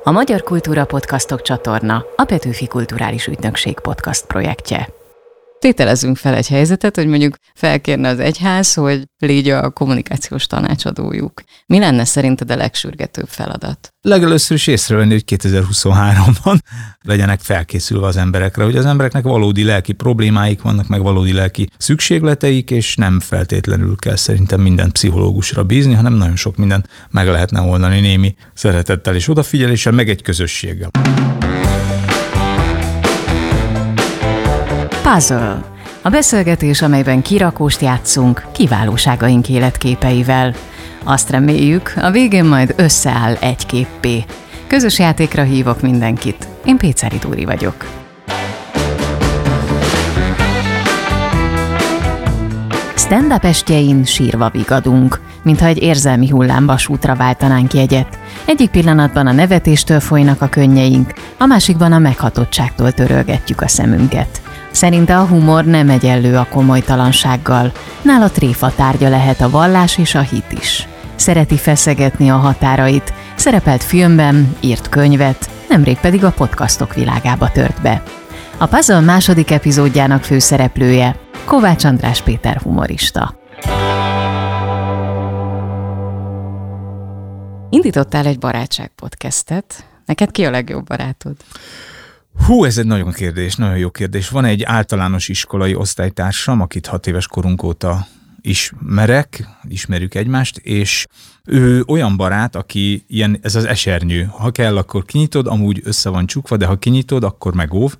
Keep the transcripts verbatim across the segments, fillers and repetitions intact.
A Magyar Kultúra Podcastok csatorna a Petőfi Kulturális Ügynökség podcast projektje. Tételezzünk fel egy helyzetet, hogy mondjuk felkérne az egyház, hogy légy a kommunikációs tanácsadójuk. Mi lenne szerinted a legsürgetőbb feladat? Legelőször is észrevenni, hogy kétezer-huszonháromban legyenek felkészülve az emberekre, hogy az embereknek valódi lelki problémáik vannak, meg valódi lelki szükségleteik, és nem feltétlenül kell szerintem minden pszichológusra bízni, hanem nagyon sok mindent meg lehetne oldani némi szeretettel és odafigyeléssel, meg egy közösséggel. Puzzle. A beszélgetés, amelyben kirakóst játszunk kiválóságaink életképeivel. Azt reméljük, a végén majd összeáll egy képpé. Közös játékra hívok mindenkit. Én Péceri Dóri vagyok. Stand-up estjein sírva vigadunk, mintha egy érzelmi hullámvasútra váltanánk jegyet. Egyik pillanatban a nevetéstől folynak a könnyeink, a másikban a meghatottságtól törölgetjük a szemünket. Szerinte a humor nem egyenlő a komolytalansággal. Nála tréfa tárgya lehet a vallás és a hit is. Szereti feszegetni a határait, szerepelt filmben, írt könyvet, nemrég pedig a podcastok világába tört be. A Puzzle második epizódjának főszereplője Kovács András Péter humorista. Indítottál egy barátság podcastet. Neked ki a legjobb barátod? Hú, ez egy nagyon kérdés, nagyon jó kérdés. Van egy általános iskolai osztálytársam, akit hat éves korunk óta ismerek, ismerjük egymást, és ő olyan barát, aki ilyen, ez az esernyő. Ha kell, akkor kinyitod, amúgy össze van csukva, de ha kinyitod, akkor megóv,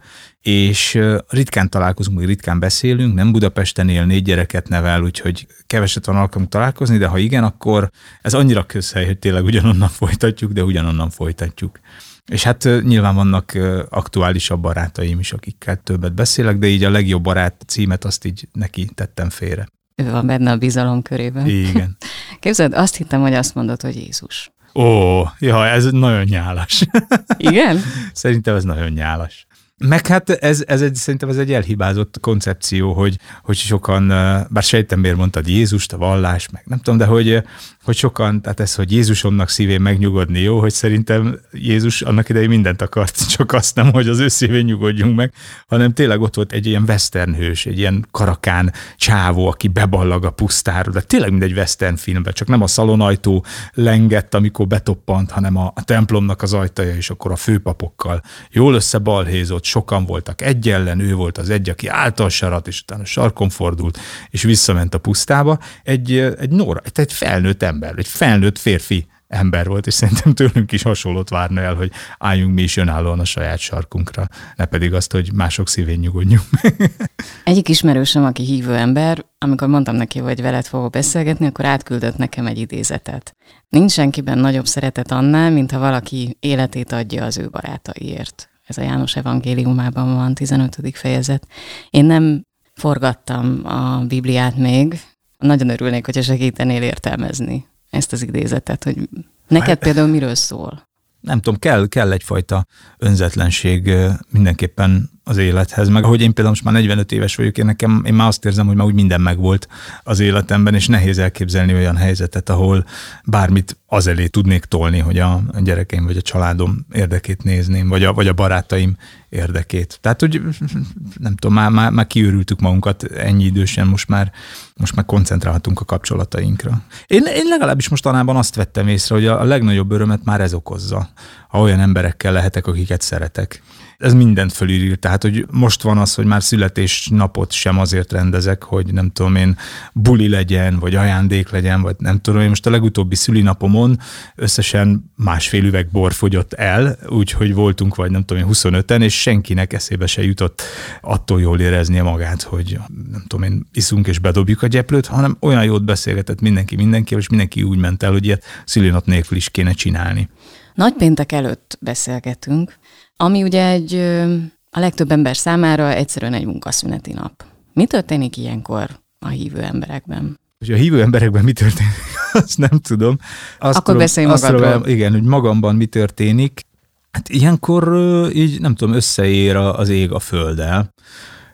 és ritkán találkozunk, még ritkán beszélünk, nem Budapesten él, négy gyereket nevel, úgyhogy keveset van alkalmunk találkozni, de ha igen, akkor ez annyira közhely, hogy tényleg ugyanonnan folytatjuk, de ugyanonnan folytatjuk. És hát nyilván vannak aktuálisabb barátaim is, akikkel többet beszélek, de így a legjobb barát címet azt így neki tettem félre. Ő van benne a bizalom körében. Igen. Képzeld, azt hittem, hogy azt mondod, hogy Jézus. Ó, ja, ez nagyon nyálas. Igen? Szerintem ez nagyon nyálas. Meg hát ez, ez egy, szerintem ez egy elhibázott koncepció, hogy, hogy sokan, bár sejtem miért mondtad Jézust, a vallás, meg nem tudom, de hogy, hogy sokan, tehát ez, hogy Jézusomnak szívén megnyugodni, jó, hogy szerintem Jézus annak idején mindent akart, csak azt nem, hogy az ő szívén nyugodjunk meg, hanem tényleg ott volt egy ilyen western hős, egy ilyen karakán csávó, aki beballag a pusztára, de tényleg mindegy western filmben, csak nem a szalonajtó lengett, amikor betoppant, hanem a, a templomnak az ajtaja, és akkor a főpapokkal jól összebalhézott, sokan voltak egy ellen, ő volt az egy, aki állta a sarat, és utána sarkon fordult, és visszament a pusztába. Egy, egy Nóra, egy felnőtt ember, egy felnőtt férfi ember volt, és szerintem tőlünk is hasonlót várna el, hogy álljunk mi is önállóan a saját sarkunkra, ne pedig azt, hogy mások szívén nyugodjunk. Egyik ismerősöm, aki hívő ember, amikor mondtam neki, hogy veled fogok beszélgetni, akkor átküldött nekem egy idézetet. Nincs senkiben nagyobb szeretet annál, mint ha valaki életét adja az ő barátaiért. Ez a János evangéliumában van, tizenötödik fejezet. Én nem forgattam a Bibliát még, nagyon örülnék, hogyha segítenél értelmezni ezt az idézetet, hogy neked például miről szól? Nem tudom, kell, kell egyfajta önzetlenség mindenképpen az élethez, meg ahogy én például most már negyvenöt éves vagyok, én nekem, én már azt érzem, hogy már úgy minden megvolt az életemben, és nehéz elképzelni olyan helyzetet, ahol bármit az elé tudnék tolni, hogy a gyerekeim vagy a családom érdekét nézném, vagy a, vagy a barátaim érdekét. Tehát, hogy nem tudom, már, már, már kiürültük magunkat ennyi idősen, most már, most már koncentrálhatunk a kapcsolatainkra. Én, én legalábbis mostanában azt vettem észre, hogy a, a legnagyobb örömet már ez okozza, ha olyan emberekkel lehetek, akiket szeretek. Ez mindent fölír, tehát, hogy most van az, hogy már születésnapot sem azért rendezek, hogy nem tudom én, buli legyen, vagy ajándék legyen, vagy nem tudom én, most a legutóbbi szülinapomon összesen másfél üveg bor fogyott el, úgyhogy voltunk, vagy nem tudom én, huszonöten, és senkinek eszébe se jutott attól jól éreznie magát, hogy nem tudom én, iszunk és bedobjuk a gyeplőt, hanem olyan jót beszélgetett mindenki mindenkivel, és mindenki úgy ment el, hogy ilyet szülinap nélkül is kéne csinálni. Nagypéntek előtt beszélgetünk, ami ugye egy, a legtöbb ember számára egyszerűen egy munkaszüneti nap. Mi történik ilyenkor a hívő emberekben? Hogy a hívő emberekben mi történik, azt nem tudom. Azt Akkor tudom, beszélj magadról. Tudom, igen, hogy magamban mi történik. Hát ilyenkor így nem tudom, összeér az ég a földdel.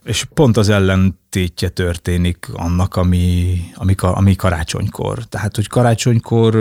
És pont az ellentétje történik annak, ami, ami, ami karácsonykor. Tehát, hogy karácsonykor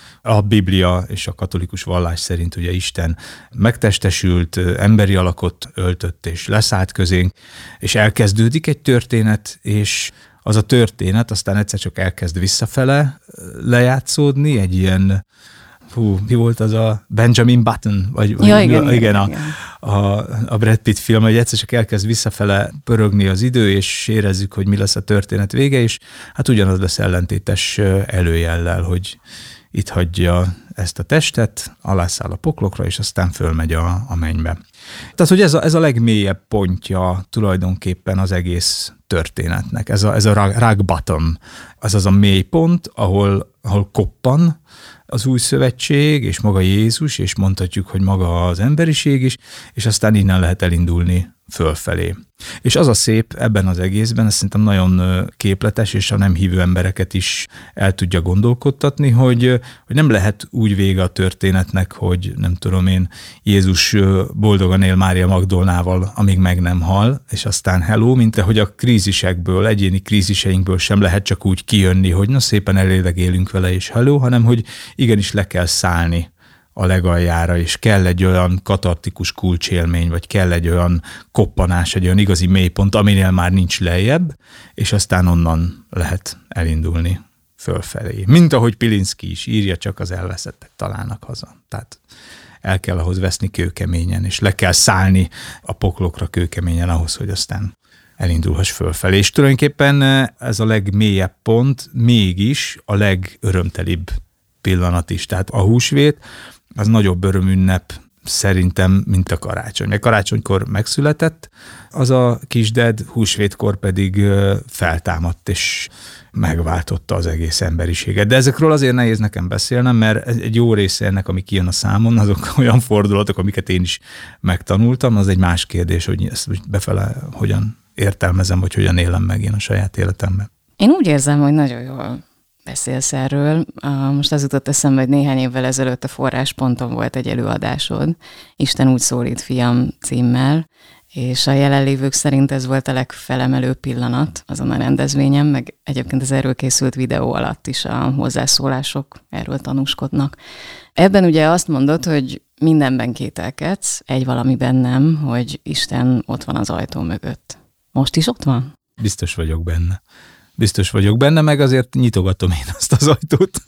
a Biblia és a katolikus vallás szerint ugye Isten megtestesült, emberi alakot öltött és leszállt közénk, és elkezdődik egy történet, és az a történet aztán egyszer csak elkezd visszafele lejátszódni, egy ilyen, hú, mi volt az a Benjamin Button? Vagy, ja, vagy, igen, igen, a, igen. A, a Brad Pitt film, hogy egyszer csak elkezd visszafele pörögni az idő, és érezzük, hogy mi lesz a történet vége, és hát ugyanaz lesz ellentétes előjellel, hogy itt hagyja ezt a testet, alászáll a poklokra, és aztán fölmegy a, a mennybe. Tehát, hogy ez a, ez a legmélyebb pontja tulajdonképpen az egész történetnek. Ez a, ez a rock bottom, az az a mély pont, ahol, ahol koppan az új szövetség, és maga Jézus, és mondhatjuk, hogy maga az emberiség is, és aztán innen lehet elindulni fölfelé. És az a szép ebben az egészben, ez szerintem nagyon képletes, és a nem hívő embereket is el tudja gondolkodtatni, hogy, hogy nem lehet úgy vége a történetnek, hogy nem tudom én, Jézus boldogan él Mária Magdolnával, amíg meg nem hal, és aztán hello, mint ahogy a krízisekből, egyéni kríziseinkből sem lehet csak úgy kijönni, hogy na szépen elélegélünk vele, és hello, hanem hogy igenis le kell szállni a legaljára, és kell egy olyan katartikus kulcsélmény, vagy kell egy olyan koppanás, egy olyan igazi mélypont, aminél már nincs lejjebb, és aztán onnan lehet elindulni fölfelé. Mint ahogy Pilinszky is írja, csak az elveszettek találnak haza. Tehát el kell ahhoz veszni kőkeményen, és le kell szállni a poklokra kőkeményen ahhoz, hogy aztán elindulhass fölfelé. És tulajdonképpen ez a legmélyebb pont mégis a legörömtelibb pillanat is. Tehát a húsvét az nagyobb örömünnep szerintem, mint a karácsony. Mert karácsonykor megszületett az a kisded, húsvétkor pedig feltámadt, és megváltotta az egész emberiséget. De ezekről azért nehéz nekem beszélnem, mert egy jó része ennek, ami kijön a számon, azok olyan fordulatok, amiket én is megtanultam, az egy más kérdés, hogy ezt befele hogyan értelmezem, vagy hogyan élem meg én a saját életemben. Én úgy érzem, hogy nagyon jól beszélsz erről. Most az jutott eszembe, hogy néhány évvel ezelőtt a Forrásponton volt egy előadásod, Isten úgy szólít, fiam címmel, és a jelenlévők szerint ez volt a legfelemelőbb pillanat azon a rendezvényen, meg egyébként az erről készült videó alatt is a hozzászólások erről tanúskodnak. Ebben ugye azt mondod, hogy mindenben kételkedsz, egy valamiben nem, hogy Isten ott van az ajtó mögött. Most is ott van? Biztos vagyok benne. Biztos vagyok benne, meg azért nyitogatom én azt az ajtót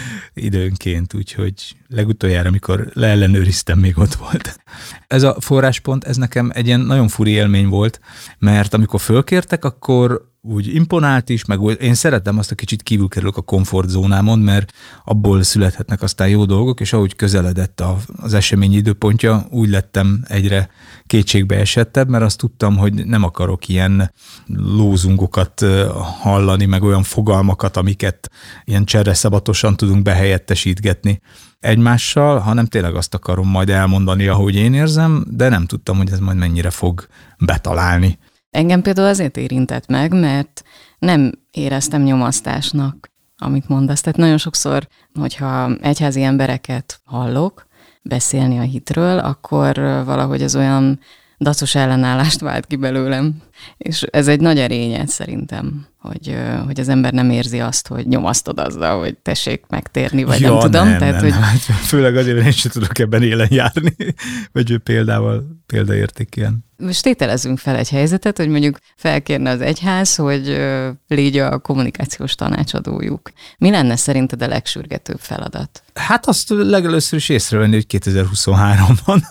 időnként, úgyhogy legutoljára, amikor leellenőriztem, még ott volt. Ez a Forráspont, ez nekem egy ilyen nagyon furi élmény volt, mert amikor fölkértek, akkor úgy imponált is, meg én szeretem azt, a kicsit kívül kerülök a komfortzónámon, mert abból születhetnek aztán jó dolgok, és ahogy közeledett az esemény időpontja, úgy lettem egyre kétségbe esettebb, mert azt tudtam, hogy nem akarok ilyen lózungokat hallani, meg olyan fogalmakat, amiket ilyen csereszabatosan tudunk behelyettesítgetni egymással, hanem tényleg azt akarom majd elmondani, ahogy én érzem, de nem tudtam, hogy ez majd mennyire fog betalálni. Engem például azért érintett meg, mert nem éreztem nyomasztásnak, amit mondasz. Tehát nagyon sokszor, hogyha egyházi embereket hallok beszélni a hitről, akkor valahogy az olyan dacos ellenállást vált ki belőlem. És ez egy nagy erényed szerintem, hogy, hogy az ember nem érzi azt, hogy nyomasztod azzal, hogy tessék megtérni, vagy ja, nem tudom. Nem, Tehát, nem, hogy... nem. Főleg azért, hogy én sem tudok ebben élen járni, vagy példával, példaértékűen. Most tételezzünk fel egy helyzetet, hogy mondjuk felkérne az egyház, hogy légy a kommunikációs tanácsadójuk. Mi lenne szerinted a legsürgetőbb feladat? Hát azt legelőször is észrevenni, hogy kétezer-huszonhárom van.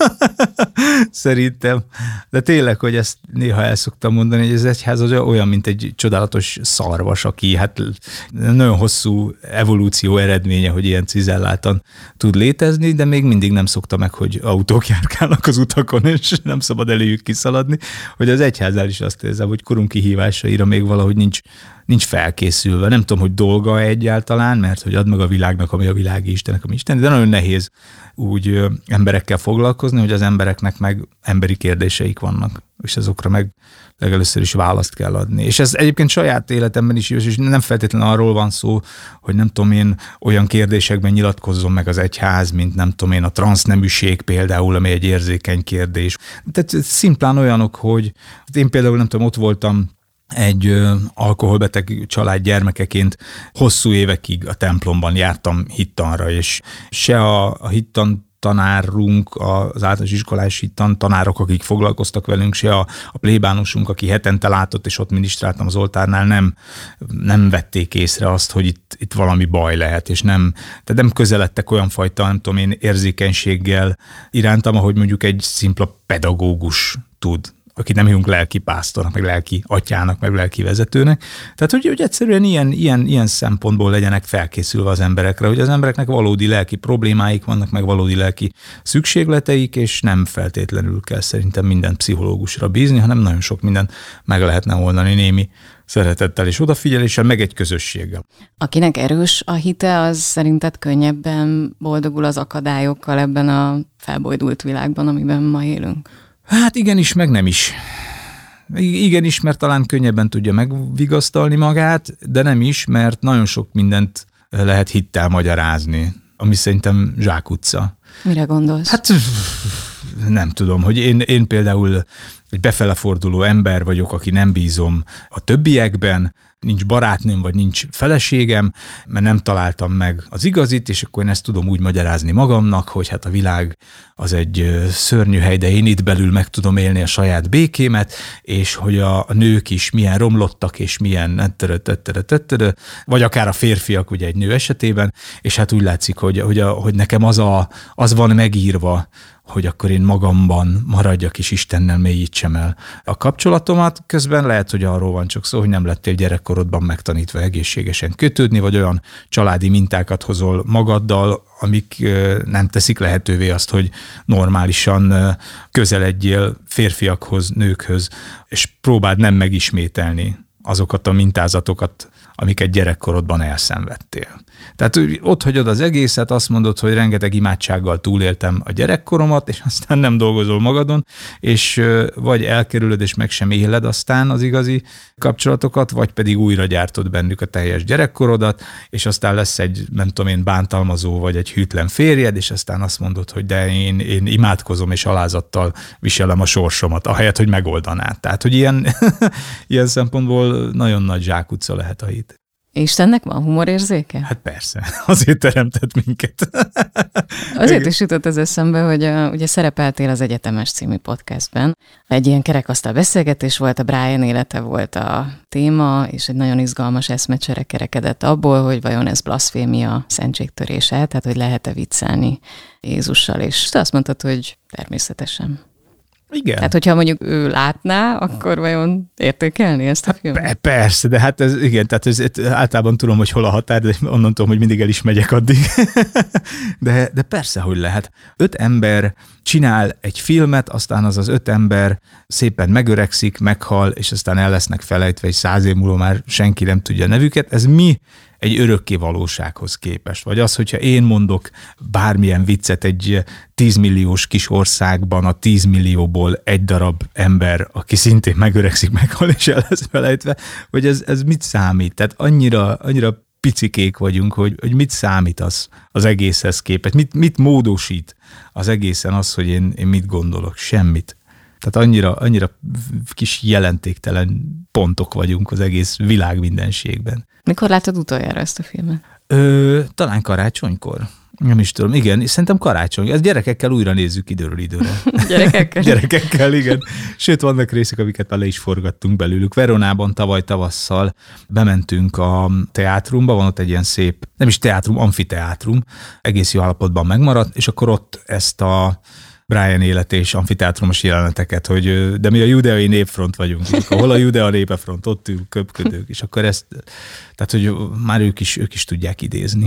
Szerintem. De tényleg, hogy ezt néha el szoktam mondani, hogy az egyház az olyan, mint egy csodálatos szarvas, aki hát nagyon hosszú evolúció eredménye, hogy ilyen cizelláltan tud létezni, de még mindig nem szokta meg, hogy autók járkálnak az utakon, és nem szabad előjük kiszaladni, hogy az egyháznál is azt érzem, hogy korunk kihívásaira még valahogy nincs nincs felkészülve. Nem tudom, hogy dolga egyáltalán, mert hogy ad meg a világnak, ami a világi Istennek, ami Isten, de nagyon nehéz úgy emberekkel foglalkozni, hogy az embereknek meg emberi kérdéseik vannak, és azokra meg legelőször is választ kell adni. És ez egyébként saját életemben is, és nem feltétlenül arról van szó, hogy nem tudom én, olyan kérdésekben nyilatkozzon meg az egyház, mint nem tudom én, a transzneműség például, ami egy érzékeny kérdés. Tehát szimplán olyanok, hogy én például nem tudom, ott voltam egy ö, alkoholbeteg család gyermekeként hosszú évekig a templomban jártam hittanra, és se a, a hittan tanárunk, az általános iskolás hittan tanárok, akik foglalkoztak velünk, se a, a plébánosunk, aki hetente látott, és ott minisztráltam az oltárnál, nem, nem vették észre azt, hogy itt, itt valami baj lehet, és nem, tehát nem közeledtek olyan fajta, nem tudom én, érzékenységgel irántam, ahogy mondjuk egy szimpla pedagógus tud, akit nem hívunk lelki pásztornak, meg lelki atyának, meg lelki vezetőnek. Tehát, hogy, hogy egyszerűen ilyen, ilyen, ilyen szempontból legyenek felkészülve az emberekre, hogy az embereknek valódi lelki problémáik vannak, meg valódi lelki szükségleteik, és nem feltétlenül kell szerintem minden pszichológusra bízni, hanem nagyon sok mindent meg lehetne oldani némi szeretettel és odafigyeléssel, meg egy közösséggel. Akinek erős a hite, az szerinted könnyebben boldogul az akadályokkal ebben a felbojdult világban, amiben ma élünk? Hát igenis, meg nem is. Igenis, mert talán könnyebben tudja megvigasztalni magát, de nem is, mert nagyon sok mindent lehet hittel magyarázni, ami szerintem zsákutca. Mire gondolsz? Hát nem tudom, hogy én, én például egy befeleforduló ember vagyok, aki nem bízom a többiekben, nincs barátnőm, vagy nincs feleségem, mert nem találtam meg az igazit, és akkor én ezt tudom úgy magyarázni magamnak, hogy hát a világ az egy szörnyű hely, de én itt belül meg tudom élni a saját békémet, és hogy a nők is milyen romlottak, és milyen vagy akár a férfiak ugye egy nő esetében, és hát úgy látszik, hogy, hogy, a, hogy nekem az, a, az van megírva, hogy akkor én magamban maradjak és Istennel mélyítsem el a kapcsolatomat. Közben lehet, hogy arról van csak szó, hogy nem lettél gyerekkorodban megtanítva egészségesen kötődni, vagy olyan családi mintákat hozol magaddal, amik nem teszik lehetővé azt, hogy normálisan közeledjél férfiakhoz, nőkhöz, és próbáld nem megismételni azokat a mintázatokat, amiket gyerekkorodban elszenvedtél. Tehát ott hagyod az egészet, azt mondod, hogy rengeteg imádsággal túléltem a gyerekkoromat, és aztán nem dolgozol magadon, és vagy elkerülöd, és meg sem éled aztán az igazi kapcsolatokat, vagy pedig újra gyártod bennük a teljes gyerekkorodat, és aztán lesz egy, nem tudom én, bántalmazó, vagy egy hűtlen férjed, és aztán azt mondod, hogy de én, én imádkozom, és alázattal viselem a sorsomat, ahelyett, hogy megoldanád. Tehát, hogy ilyen, ilyen szempontból nagyon nagy zsákutca lehet a hit. Istennek van humorérzéke? Hát persze, azért teremtett minket. Azért is jutott az eszembe, hogy a, ugye szerepeltél az Egyetemes című podcastben. Egy ilyen kerekasztal beszélgetés volt, a Brian élete volt a téma, és egy nagyon izgalmas eszmecsere kerekedett abból, hogy vajon ez blaszfémia, szentségtörése, tehát hogy lehet-e viccelni Jézussal, és te azt mondtad, hogy természetesen. Igen. Tehát, hogyha mondjuk ő látná, akkor vajon értékelni ezt a filmet? Hát persze, de hát ez, igen, tehát ez, általában tudom, hogy hol a határ, de onnan tudom, hogy mindig el is megyek addig. de, de persze, hogy lehet. Öt ember csinál egy filmet, aztán az az öt ember szépen megöregszik, meghal, és aztán el lesznek felejtve, és száz év múlva már senki nem tudja a nevüket. Ez mi egy örökké valósághoz képest? Vagy az, hogyha én mondok bármilyen viccet egy tízmilliós kis országban, a tízmillióból egy darab ember, aki szintén megöregszik, meghal, és el lesz felejtve, hogy ez, ez mit számít? Tehát annyira, annyira picikék vagyunk, hogy, hogy mit számít az, az egészhez képest, mit, mit módosít az egészen az, hogy én, én mit gondolok, semmit. Tehát annyira, annyira kis jelentéktelen pontok vagyunk az egész világ mindenségben. Mikor láttad utoljára ezt a filmet? Ö, talán karácsonykor. Nem is tudom, igen, szerintem karácsony. Ezt gyerekekkel újra nézzük időről időre. Gyerekekkel? Gyerekekkel, igen. Sőt, vannak részek, amiket már le is forgattunk belőlük. Veronában tavaly tavasszal bementünk a teátrumba, van ott egy ilyen szép, nem is teátrum, amfiteátrum, egész jó állapotban megmaradt, és akkor ott ezt a Brian élet és amfiteátrumos jeleneteket, hogy de mi a judeai népfront vagyunk, ahol a judea népefront, ott ül köpködők, és akkor ezt, tehát hogy már ők is, ők is tudják idézni.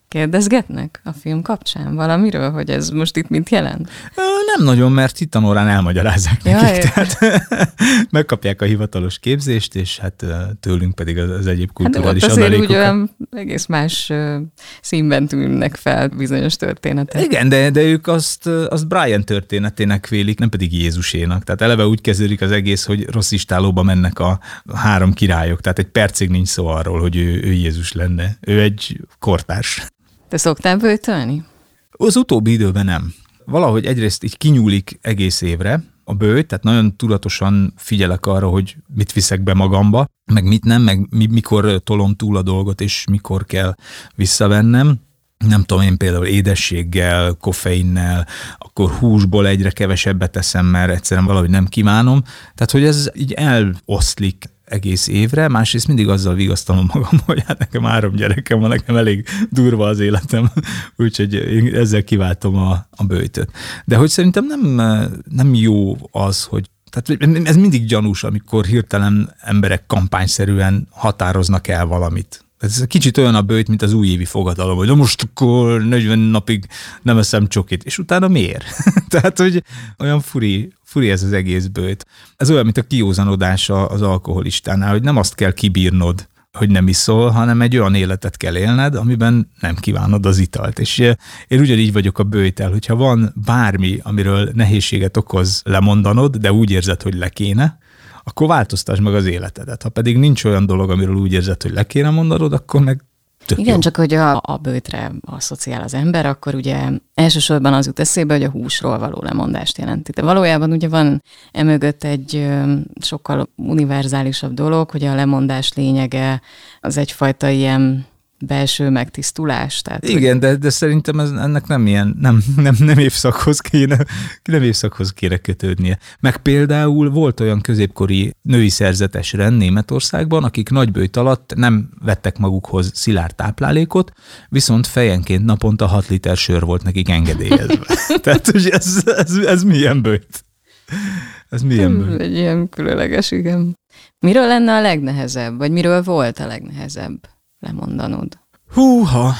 Kérdezgetnek a film kapcsán valamiről, hogy ez most itt mit jelent? Nem nagyon, mert itt tanórán elmagyarázzák ja, nekik, tehát megkapják a hivatalos képzést, és hát tőlünk pedig az egyéb kulturális hát adalékokat. Úgy olyan egész más színben tűnnek fel bizonyos történetek. Igen, de, de ők azt, azt Brian történetének vélik, nem pedig Jézusénak. Tehát eleve úgy kezdődik az egész, hogy rossz istálóba mennek a három királyok, tehát egy percig nincs szó arról, hogy ő, ő Jézus lenne. Ő egy kortárs. Te szoktál böjtölni? Az utóbbi időben nem. Valahogy egyrészt így kinyúlik egész évre a böjt, tehát nagyon tudatosan figyelek arra, hogy mit viszek be magamba, meg mit nem, meg mi, mikor tolom túl a dolgot, és mikor kell visszavennem. Nem tudom, én például édességgel, koffeinnel, akkor húsból egyre kevesebbet teszem, mert egyszerűen valahogy nem kívánom. Tehát, hogy ez így eloszlik egész évre, másrészt mindig azzal vigasztalom magam, hogy hát nekem három gyerekem van, nekem elég durva az életem, úgyhogy én ezzel kiváltom a, a böjtöt. De hogy szerintem nem, nem jó az, hogy tehát ez mindig gyanús, amikor hirtelen emberek kampányszerűen határoznak el valamit. Ez kicsit olyan a böjt, mint az újévi fogadalom, hogy na most akkor negyven napig nem eszem csokit, és utána miért? Tehát, hogy olyan furi, furi ez az egész böjt. Ez olyan, mint a kiózanodás az alkoholistánál, hogy nem azt kell kibírnod, hogy nem iszol, hanem egy olyan életet kell élned, amiben nem kívánod az italt. És én ugyanígy vagyok a böjttel, hogyha van bármi, amiről nehézséget okoz lemondanod, de úgy érzed, hogy le kéne, akkor változtasd meg az életedet. Ha pedig nincs olyan dolog, amiről úgy érzed, hogy le kéne mondanod, akkor meg tök Igen, jó. csak hogy a, a böjtre asszociál az ember, akkor ugye elsősorban az jut eszébe, hogy a húsról való lemondást jelenti. De valójában ugye van emögött egy sokkal univerzálisabb dolog, hogy a lemondás lényege az egyfajta ilyen belső megtisztulás. Tehát, Igen, hogy... de, de szerintem ez, ennek nem ilyen, nem, nem, nem évszakhoz kéne, nem évszakhoz kéne kötődnie. Meg például volt olyan középkori női szerzetes rend Németországban, akik nagy böjt alatt nem vettek magukhoz szilárd táplálékot, viszont fejenként naponta hat liter sör volt nekik engedélyezve. Tehát, hogy ez, ez, ez milyen böjt? Ez milyen böjt? Egy ilyen különleges, igen. Miről lenne a legnehezebb, vagy miről volt a legnehezebb lemondanod? Húha,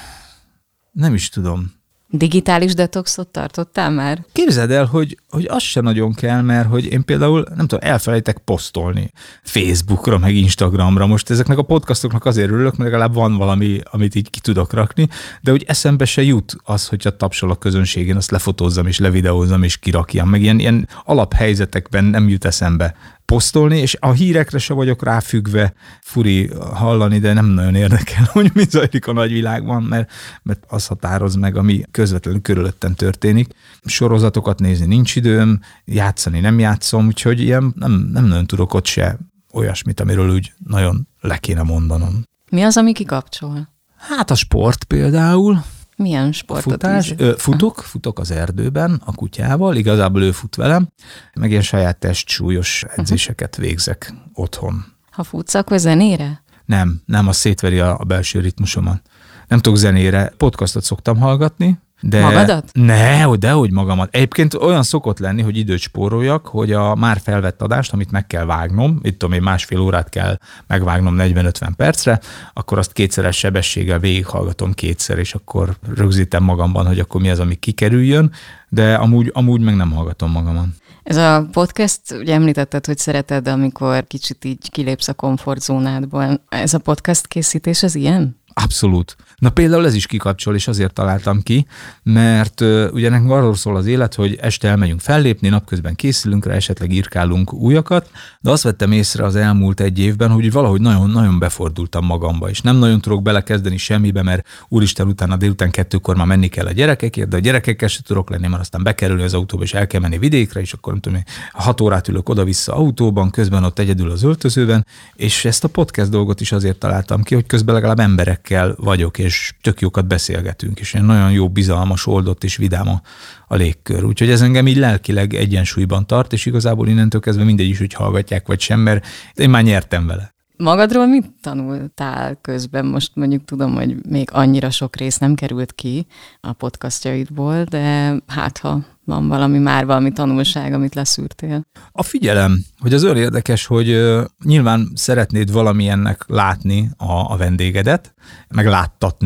nem is tudom. Digitális detoxot tartottál már? Képzeld el, hogy, hogy az se nagyon kell, mert hogy én például, nem tudom, elfelejtek posztolni Facebookra, meg Instagramra. Most ezeknek a podcastoknak azért örülök, mert legalább van valami, amit így ki tudok rakni, de úgy eszembe se jut az, hogyha tapsol a közönségén, azt lefotózzam és levideózzam és kirakjam. Meg ilyen, ilyen alaphelyzetekben nem jut eszembe posztolni, és a hírekre se vagyok ráfüggve, furi hallani, de nem nagyon érdekel, hogy mi zajlik a nagyvilágban, mert, mert az határoz meg, ami közvetlenül körülöttem történik. Sorozatokat nézni nincs időm, játszani nem játszom, úgyhogy ilyen nem, nem nagyon tudok ott se olyasmit, amiről úgy nagyon le kéne mondanom. Mi az, ami kikapcsol? Hát a sport például. Milyen sportot? Futás, ö, futok, futok az erdőben a kutyával, igazából ő fut velem, meg ilyen saját testsúlyos edzéseket végzek otthon. Ha futsz, akkor zenére? Nem, nem, az szétveri a, a belső ritmusomat. Nem tudok zenére, podcastot szoktam hallgatni, de... Magadat? Ne, dehogy magamat. Egyébként olyan szokott lenni, hogy időt spóroljak, hogy a már felvett adást, amit meg kell vágnom, itt tudom én másfél órát kell megvágnom negyven-ötven percre, akkor azt kétszeres sebességgel végighallgatom kétszer, és akkor rögzítem magamban, hogy akkor mi az, ami kikerüljön, de amúgy, amúgy meg nem hallgatom magamon. Ez a podcast, ugye említetted, hogy szereted, amikor kicsit így kilépsz a komfortzónádból. Ez a podcast készítés az ilyen? Abszolút. Na például ez is kikapcsol, és azért találtam ki, mert uh, ugye nekünk arról szól az élet, hogy este elmegyünk fellépni, napközben készülünk rá, esetleg írkálunk újakat, de azt vettem észre az elmúlt egy évben, hogy valahogy nagyon-nagyon befordultam magamba, és nem nagyon tudok belekezdeni semmibe, mert úristen, utána délután kettőkor már menni kell a gyerekekért, de a gyerekekkel se tudok lenni, mert aztán bekerülni az autóba, és el kell menni vidékre, és akkor nem tudom, hat órát ülök oda-vissza autóban, közben ott egyedül az öltözőben, és ezt a podcast dolgot is azért találtam ki, hogy közben legalább emberek vagyok, és tök jókat beszélgetünk, és nagyon jó, bizalmas, oldott és vidám a, a légkör. Úgyhogy ez engem így lelkileg egyensúlyban tart, és igazából innentől kezdve mindegy is, hogy hallgatják vagy sem, mert én már nyertem vele. Magadról mit tanultál közben? Most mondjuk tudom, hogy még annyira sok rész nem került ki a podcastjaidból, de hát ha van valami már valami tanulság, amit leszűrtél. A figyelem, hogy az olyan érdekes, hogy uh, nyilván szeretnéd valamilyennek látni a, a vendégedet, meg láttatni,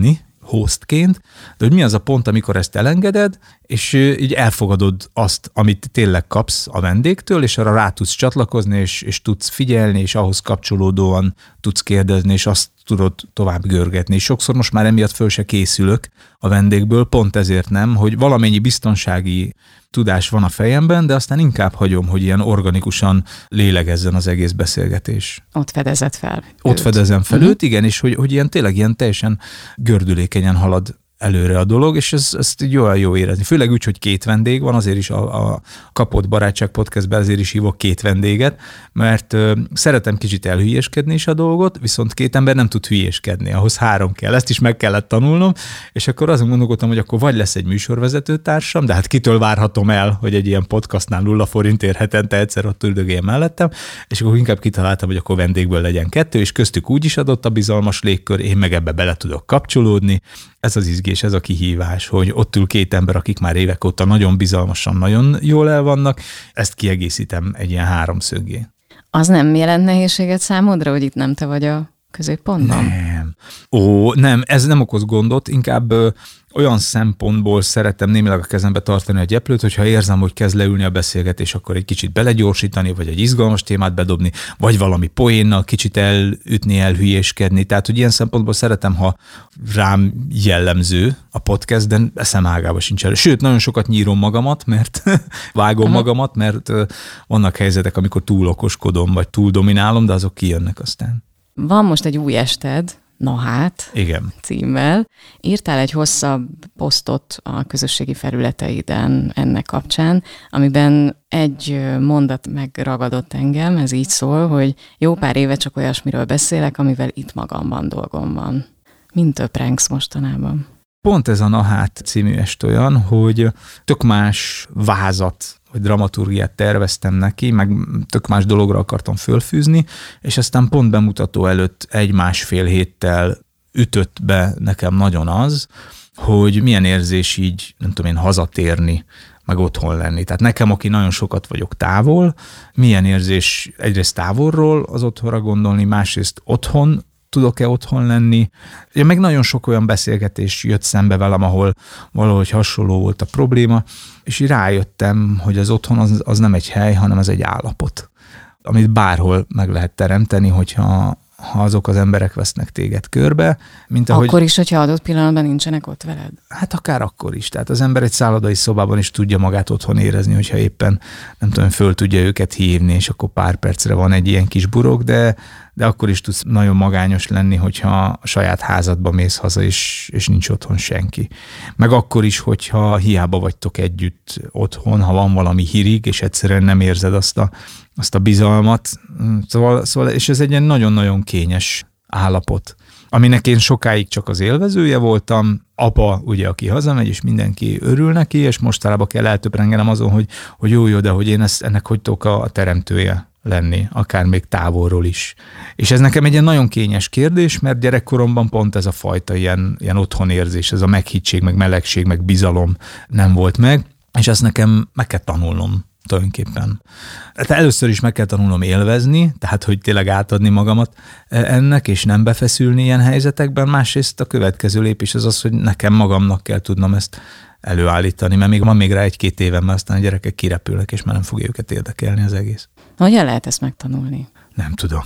hostként, de hogy mi az a pont, amikor ezt elengeded, és így elfogadod azt, amit tényleg kapsz a vendégtől, és arra rá tudsz csatlakozni, és, és tudsz figyelni, és ahhoz kapcsolódóan tudsz kérdezni, és azt tudod tovább görgetni. És sokszor most már emiatt föl se készülök a vendégből, pont ezért nem, hogy valamennyi biztonsági tudás van a fejemben, de aztán inkább hagyom, hogy ilyen organikusan lélegezzen az egész beszélgetés. Ott fedezed fel. Ott őt. fedezem fel uh-huh. őt, igen, és hogy, hogy ilyen tényleg ilyen teljesen gördülékenyen halad előre a dolog, és ez, ezt jól jó érezni. Főleg úgy, hogy két vendég van, azért is a, a Kapott Barátság podcastben azért is hívok két vendéget, mert ö, szeretem kicsit elhülyéskedni is a dolgot, viszont két ember nem tud hülyéskedni, ahhoz három kell. Ezt is meg kellett tanulnom, és akkor azon gondolkodtam, hogy akkor vagy lesz egy műsorvezető társam, de hát kitől várhatom el, hogy egy ilyen podcastnál nulla forintért hetente egyszer ott üldögéljen mellettem, és akkor inkább kitaláltam, hogy akkor vendégből legyen kettő, és köztük úgy is adott a bizalmas légkör, én meg ebbe bele tudok kapcsolódni. Ez az izgés, ez a kihívás, hogy ott ül két ember, akik már évek óta nagyon bizalmasan, nagyon jól el vannak, ezt kiegészítem egy ilyen háromszöggé. Az nem jelent nehézséget számodra, hogy itt nem te vagy a középpontban? Nem. Ó, nem, ez nem okoz gondot, inkább ö, olyan szempontból szeretem némileg a kezembe tartani a gyeplőt, hogyha érzem, hogy kezd leülni a beszélgetés, akkor egy kicsit belegyorsítani, vagy egy izgalmas témát bedobni, vagy valami poénnal kicsit elütni, elhülyéskedni. Tehát, hogy ilyen szempontból szeretem, ha rám jellemző a podcast, de eszem ágába sincs elő. Sőt, nagyon sokat nyírom magamat, mert vágom Aha. magamat, mert ö, vannak helyzetek, amikor túl okoskodom, vagy túl dominálom, de azok kijönnek aztán. Van most egy új ested, Na hát, Igen. címmel. Írtál egy hosszabb posztot a közösségi felületeiden ennek kapcsán, amiben egy mondat megragadott engem, ez így szól, hogy jó pár éve csak olyasmiről beszélek, amivel itt magamban dolgom van. Mind töprengsz mostanában. Pont ez a Na hát című est olyan, hogy tök más vázat vagy dramaturgiát terveztem neki, meg tök más dologra akartam fölfűzni, és aztán pont bemutató előtt egy-másfél héttel ütött be nekem nagyon az, hogy milyen érzés így, nem tudom én, hazatérni, meg otthon lenni. Tehát nekem, aki nagyon sokat vagyok távol, milyen érzés egyrészt távolról az otthonra gondolni, másrészt otthon, tudok-e otthon lenni. Ugye meg nagyon sok olyan beszélgetés jött szembe velem, ahol valahogy hasonló volt a probléma, és így rájöttem, hogy az otthon az, az nem egy hely, hanem az egy állapot, amit bárhol meg lehet teremteni, hogyha ha azok az emberek vesznek téged körbe. Mint ahogy, akkor is, hogyha adott pillanatban nincsenek ott veled? Hát akár akkor is. Tehát az ember egy szállodai szobában is tudja magát otthon érezni, hogyha éppen, nem tudom, föl tudja őket hívni, és akkor pár percre van egy ilyen kis burok, de, de akkor is tudsz nagyon magányos lenni, hogyha a saját házadba mész haza, és, és nincs otthon senki. Meg akkor is, hogyha hiába vagytok együtt otthon, ha van valami hírig, és egyszerűen nem érzed azt a, azt a bizalmat. Szóval, szóval, és ez egy ilyen nagyon-nagyon kényes állapot, aminek én sokáig csak az élvezője voltam, apa, ugye, aki hazamegy, és mindenki örül neki, és mostanában kell eltöprengenem azon, hogy, hogy jó, jó, de hogy én ezt, ennek hogy tudok a teremtője lenni, akár még távolról is. És ez nekem egy ilyen nagyon kényes kérdés, mert gyerekkoromban pont ez a fajta ilyen, ilyen otthonérzés, ez a meghittség, meg melegség, meg bizalom nem volt meg, és ezt nekem meg kell tanulnom tulajdonképpen. Hát először is meg kell tanulnom élvezni, tehát hogy tényleg átadni magamat ennek, és nem befeszülni ilyen helyzetekben. Másrészt a következő lépés az az, hogy nekem magamnak kell tudnom ezt előállítani, mert még van még rá egy-két évem, mert aztán a gyerekek kirepülnek, és már nem fogja őket érdekelni az egész. Hogyan lehet ezt megtanulni? Nem tudom.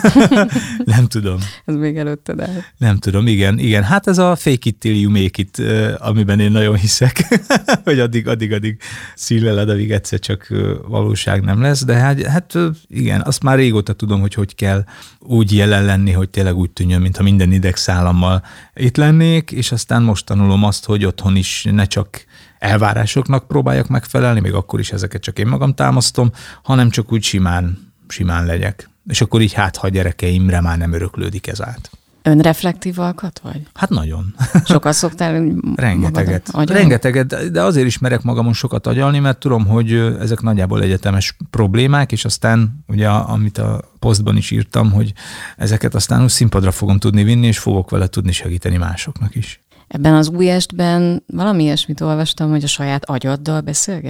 Nem tudom. Ez még előtted el. Nem tudom, igen, igen. Hát ez a fake it till you make it, amiben én nagyon hiszek, hogy addig, addig, addig szívleled, addig egyszer csak valóság nem lesz, de hát, hát igen, azt már régóta tudom, hogy hogy kell úgy jelen lenni, hogy tényleg úgy tűnjön, mintha minden idegszállammal itt lennék, és aztán most tanulom azt, hogy otthon is ne csak elvárásoknak próbáljak megfelelni, még akkor is ezeket csak én magam támasztom, hanem csak úgy simán, simán legyek. És akkor így hát, ha a gyerekeimre már nem öröklődik ez át. Önreflektív alkat vagy? Hát nagyon. Sokat szoktál Rengeteget. Rengeteget, de azért ismerek magamon sokat agyalni, mert tudom, hogy ezek nagyjából egyetemes problémák, és aztán ugye, amit a posztban is írtam, hogy ezeket aztán úgy színpadra fogom tudni vinni, és fogok vele tudni segíteni másoknak is. Ebben az új estben valami ilyesmit olvastam, hogy a saját agyaddal beszélgetsz?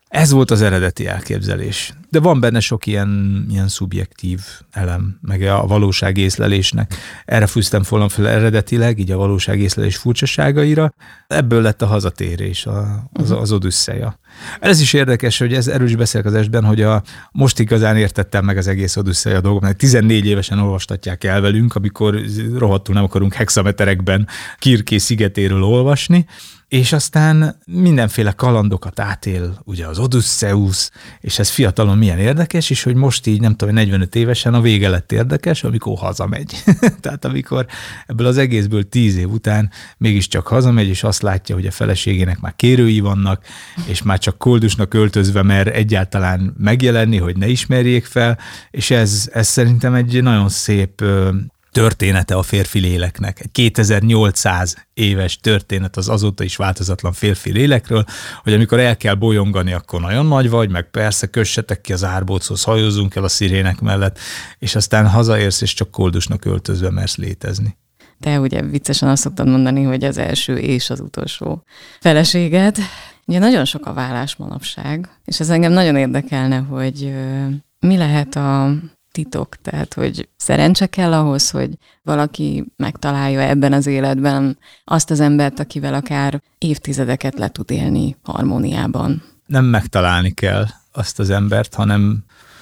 Ez volt az eredeti elképzelés. De van benne sok ilyen, ilyen szubjektív elem, meg a valóságészlelésnek. Erre fűztem volna fel eredetileg, így a valóságészlelés furcsaságaira. Ebből lett a hazatérés, a, az, az Odüsszeja. Ez is érdekes, hogy ez, erről is beszélek az estben, hogy a, most igazán értettem meg az egész Odüsszeja dolgot, mert tizennégy évesen olvastatják el velünk, amikor rohadtul nem akarunk hexameterekben Kirké szigetéről olvasni, és aztán mindenféle kalandokat átél ugye az Odüsszeusz, és ez fiatalon milyen érdekes, és hogy most így nem tudom, negyvenöt évesen a vége lett érdekes, amikor hazamegy. Tehát amikor ebből az egészből tíz év után mégiscsak hazamegy, és azt látja, hogy a feleségének már kérői vannak, és már csak koldusnak öltözve mer egyáltalán megjelenni, hogy ne ismerjék fel, és ez, ez szerintem egy nagyon szép története a férfi léleknek. Egy kétezer-nyolcszáz éves történet az azóta is változatlan férfi lélekről, hogy amikor el kell bolyongani, akkor nagyon nagy vagy, meg persze kössetek ki az árbóchoz, hajózzunk el a szirének mellett, és aztán hazaérsz, és csak koldusnak öltözve mersz létezni. Te ugye viccesen azt szoktad mondani, hogy az első és az utolsó feleséged. Ugye nagyon sok a vállás manapság, és ez engem nagyon érdekelne, hogy mi lehet a titok, tehát hogy szerencse kell ahhoz, hogy valaki megtalálja ebben az életben azt az embert, akivel akár évtizedeket le tud élni harmóniában. Nem megtalálni kell azt az embert, hanem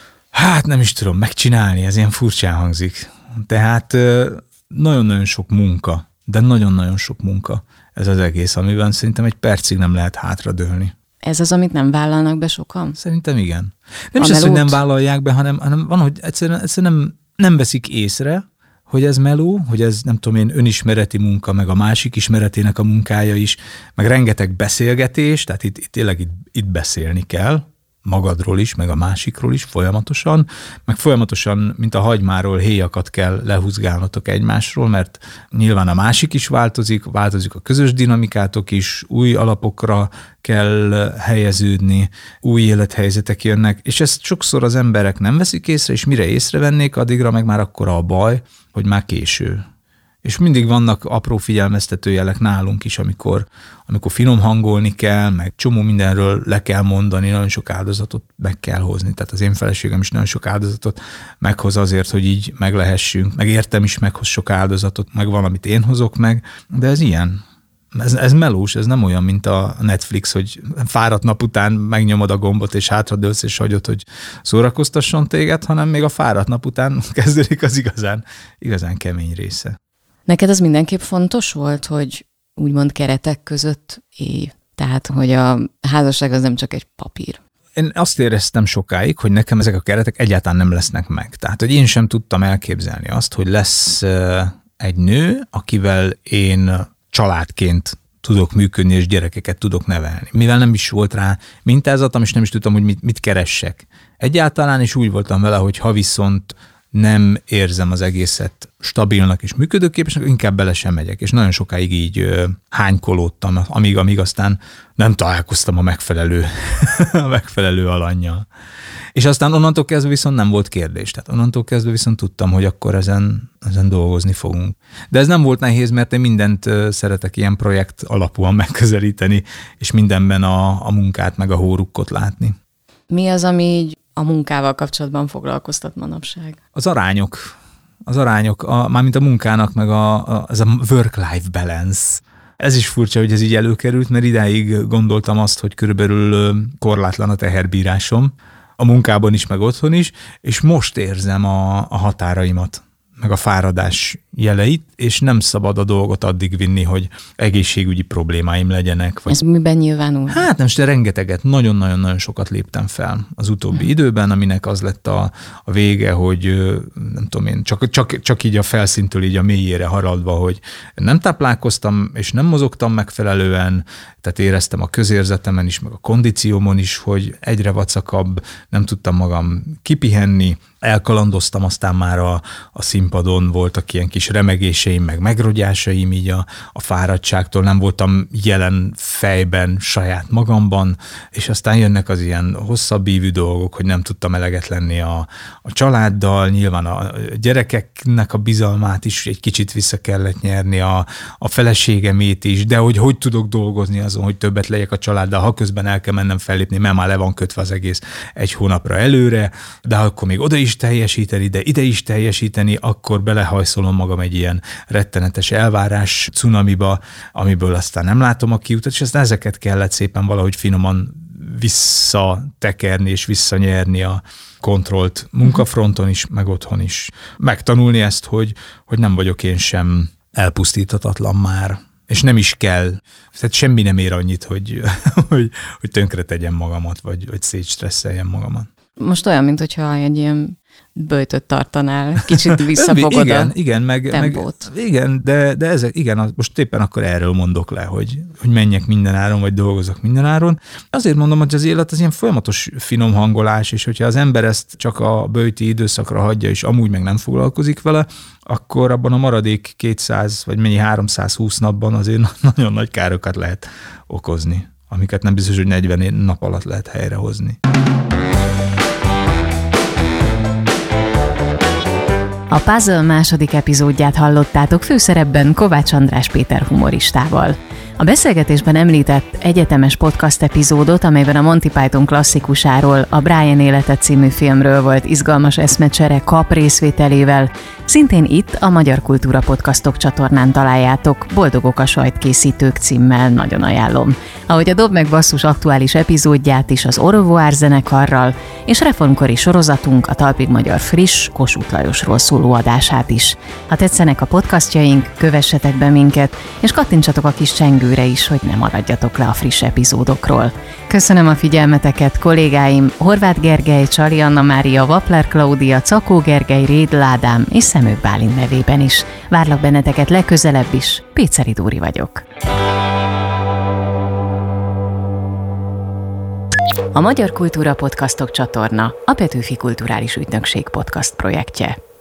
hát nem is tudom, megcsinálni, ez ilyen furcsán hangzik. Tehát nagyon-nagyon sok munka, de nagyon-nagyon sok munka ez az egész, amiben szerintem egy percig nem lehet hátradőlni. Ez az, amit nem vállalnak be sokan? Szerintem igen. Nem is az, hogy nem vállalják be, hanem, hanem van, hogy egyszerűen, egyszerűen nem, nem veszik észre, hogy ez meló, hogy ez nem tudom én önismereti munka, meg a másik ismeretének a munkája is, meg rengeteg beszélgetés, tehát itt, itt tényleg itt, itt beszélni kell, magadról is, meg a másikról is folyamatosan, meg folyamatosan, mint a hagymáról héjakat kell lehúzgálnotok egymásról, mert nyilván a másik is változik, változik a közös dinamikátok is, új alapokra kell helyeződni, új élethelyzetek jönnek, és ezt sokszor az emberek nem veszik észre, és mire észrevennék, addigra meg már akkora a baj, hogy már késő. És mindig vannak apró figyelmeztető jelek nálunk is, amikor, amikor finom hangolni kell, meg csomó mindenről le kell mondani, nagyon sok áldozatot meg kell hozni. Tehát az én feleségem is nagyon sok áldozatot meghoz azért, hogy így meglehessünk, meg értem is meghoz sok áldozatot, meg van, amit én hozok meg, de ez ilyen. Ez, ez melós, ez nem olyan, mint a Netflix, hogy fáradt nap után megnyomod a gombot, és hátradőlsz, és hagyod, hogy szórakoztasson téged, hanem még a fáradt nap után kezdődik az igazán, igazán kemény része. Neked az mindenképp fontos volt, hogy úgymond keretek között élj. Tehát, hogy a házasság az nem csak egy papír. Én azt éreztem sokáig, hogy nekem ezek a keretek egyáltalán nem lesznek meg. Tehát, hogy én sem tudtam elképzelni azt, hogy lesz egy nő, akivel én családként tudok működni, és gyerekeket tudok nevelni. Mivel nem is volt rá mintázatom, és nem is tudtam, hogy mit, mit keressek. Egyáltalán is úgy voltam vele, hogy ha viszont nem érzem az egészet stabilnak és működőképesnek, inkább bele sem megyek. És nagyon sokáig így ö, hánykolódtam, amíg, amíg aztán nem találkoztam a megfelelő, a megfelelő alannyal. És aztán onnantól kezdve viszont nem volt kérdés. Tehát onnantól kezdve viszont tudtam, hogy akkor ezen, ezen dolgozni fogunk. De ez nem volt nehéz, mert én mindent szeretek ilyen projekt alapúan megközelíteni, és mindenben a, a munkát meg a hórukkot látni. Mi az, ami így a munkával kapcsolatban foglalkoztat manapság? Az arányok. Az arányok, a, mármint a munkának, meg a, a, ez a work-life balance. Ez is furcsa, hogy ez így előkerült, mert idáig gondoltam azt, hogy körülbelül korlátlan a teherbírásom, a munkában is, meg otthon is, és most érzem a, a határaimat, meg a fáradás jeleit, és nem szabad a dolgot addig vinni, hogy egészségügyi problémáim legyenek. Vagy... Ez miben nyilvánul? Hát nem, de rengeteget, nagyon-nagyon-nagyon sokat léptem fel az utóbbi hmm. időben, aminek az lett a, a vége, hogy nem tudom én, csak, csak, csak így a felszíntől így a mélyére haradva, hogy nem táplálkoztam, és nem mozogtam megfelelően, tehát éreztem a közérzetemen is, meg a kondíciómon is, hogy egyre vacakabb, nem tudtam magam kipihenni, elkalandoztam, aztán már a, a színpadon voltak ilyen kis kis remegéseim, meg megrogyásaim így a, a fáradtságtól, nem voltam jelen fejben saját magamban, és aztán jönnek az ilyen hosszabb ívű dolgok, hogy nem tudtam eleget lenni a, a családdal, nyilván a gyerekeknek a bizalmát is egy kicsit vissza kellett nyerni, a, a feleségemét is, de hogy hogy tudok dolgozni azon, hogy többet legyek a családdal, ha közben el kell mennem fellépni, mert már le van kötve az egész egy hónapra előre, de akkor még oda is teljesíteni, de ide is teljesíteni, akkor belehajszolom magam egy ilyen rettenetes elvárás cunamiba, amiből aztán nem látom a kiutat, és aztán ezeket kellett szépen valahogy finoman visszatekerni és visszanyerni a kontrollt munkafronton is, meg otthon is. Megtanulni ezt, hogy, hogy nem vagyok én sem elpusztítatatlan már, és nem is kell. Tehát semmi nem ér annyit, hogy, hogy, hogy tönkre tegyem magamat, vagy, vagy szétstresszeljem magamat. Most olyan, mintha egy ilyen böjtöt tartanál, kicsit visszafogod igen, a igen, meg, tempót. Meg, igen, de, de ezek, igen, most éppen akkor erről mondok le, hogy, hogy menjek mindenáron, vagy dolgozok mindenáron. Azért mondom, hogy az élet az ilyen folyamatos finom hangolás, és hogyha az ember ezt csak a böjti időszakra hagyja, és amúgy meg nem foglalkozik vele, akkor abban a maradék kétszáz, vagy mennyi háromszázhúsz napban azért nagyon nagy károkat lehet okozni, amiket nem biztos, hogy negyven nap alatt lehet helyrehozni. A Puzzle második epizódját hallottátok, főszerepben Kovács András Péter humoristával. A beszélgetésben említett egyetemes podcast epizódot, amelyben a Monty Python klasszikusáról, a Brian élete című filmről volt izgalmas eszmecsere Kap részvételével, szintén itt a Magyar Kultúra Podcastok csatornán találjátok, Boldogok a sajtkészítők címmel, nagyon ajánlom. Ahogy a Dob meg Basszus aktuális epizódját is az Au revoir zenekarral, és reformkori sorozatunk, a Talpig Magyar friss Kossuth Lajosról szóló adását is. Ha tetszenek a podcastjaink, kövessetek be minket, és kattintsatok a kis csengőre is, hogy ne maradjatok le a friss epizódokról. Köszönöm a figyelmeteket, kollégáim, Horváth Gergely, Csali Anna Mária, Vapler Klaudia, Cakó Gergely, Rédl Ádám és Szemők Bálint nevében is. Várlak benneteket legközelebb is, Péceli Dóri vagyok. A Magyar Kultúra Podcastok csatorna a Petőfi Kulturális Ügynökség podcast projektje.